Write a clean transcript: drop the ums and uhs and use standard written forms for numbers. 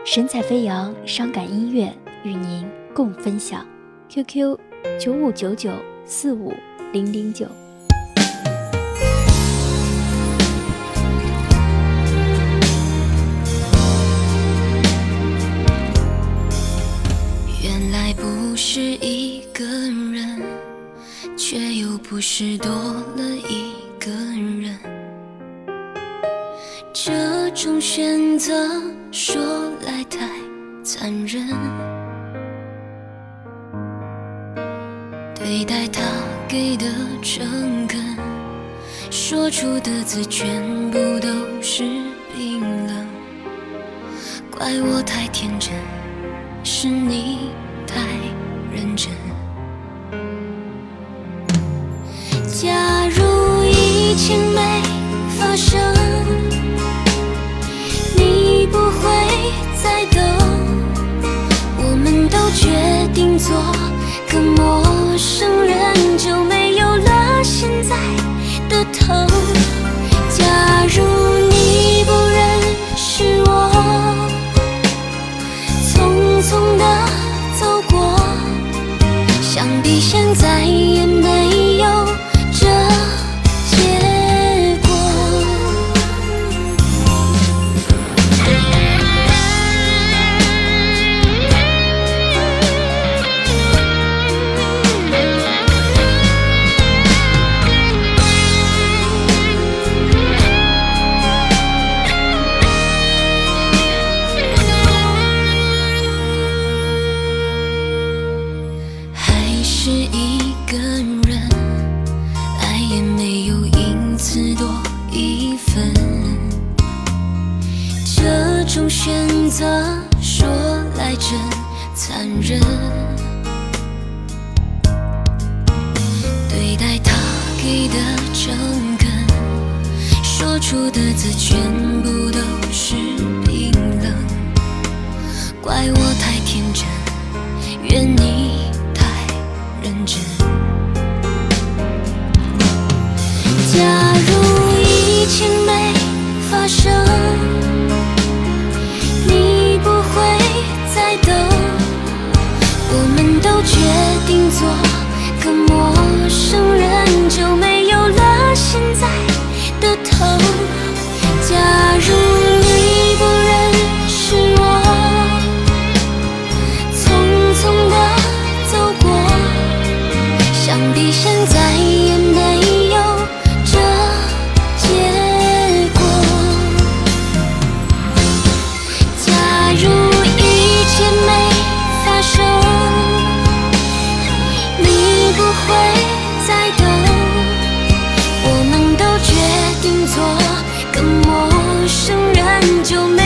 神采飞扬，伤感音乐与您共分享。QQ 9599450009。 原来不是一个人，却又不是多了一个人。这种选择说来太残忍，对待他给的诚恳，说出的字全部都是冰冷。怪我太天真，是你太认真。假如一切没发生，你不会再等，我们都决定做个陌生人，就没有了现在的疼。假如你不认识我，匆匆地走过，想必现在也没有这结果。还是一个人，爱也没有因此多一分。这种选择说来真残忍，对待他给的诚恳，说出的字全部都是冰冷。怪我太天真，怨你太认真。假如一切没发生，你不会再等，我们都决定做个陌生人，就没有了现在的疼。假如你不认识我，匆匆地走过，想必现在也没有这结果。假如一切没发生，你不会再等，我们都决定做个陌生人，就没